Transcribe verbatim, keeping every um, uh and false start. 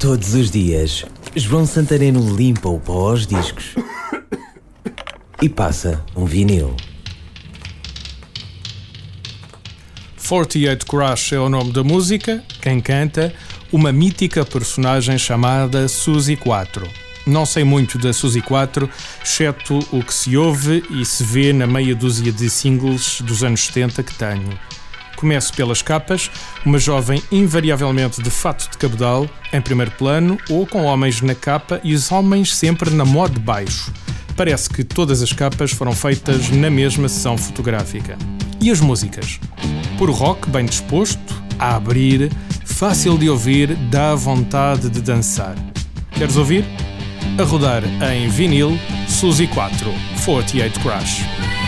Todos os dias, João Santareno limpa o pó aos discos e passa um vinil. quarenta e oito Crush é o nome da música. Quem canta, uma mítica personagem chamada Suzy quatro. Não sei muito da Suzy quatro, exceto o que se ouve e se vê na meia dúzia de singles dos anos setenta que tenho. Começo pelas capas, uma jovem invariavelmente de fato de cabedal, em primeiro plano, ou com homens na capa e os homens sempre na moda de baixo. Parece que todas as capas foram feitas na mesma sessão fotográfica. E as músicas? Por rock bem disposto, a abrir, fácil de ouvir, dá vontade de dançar. Queres ouvir? A rodar em vinil, Suzy quatro, quarenta e oito Crush.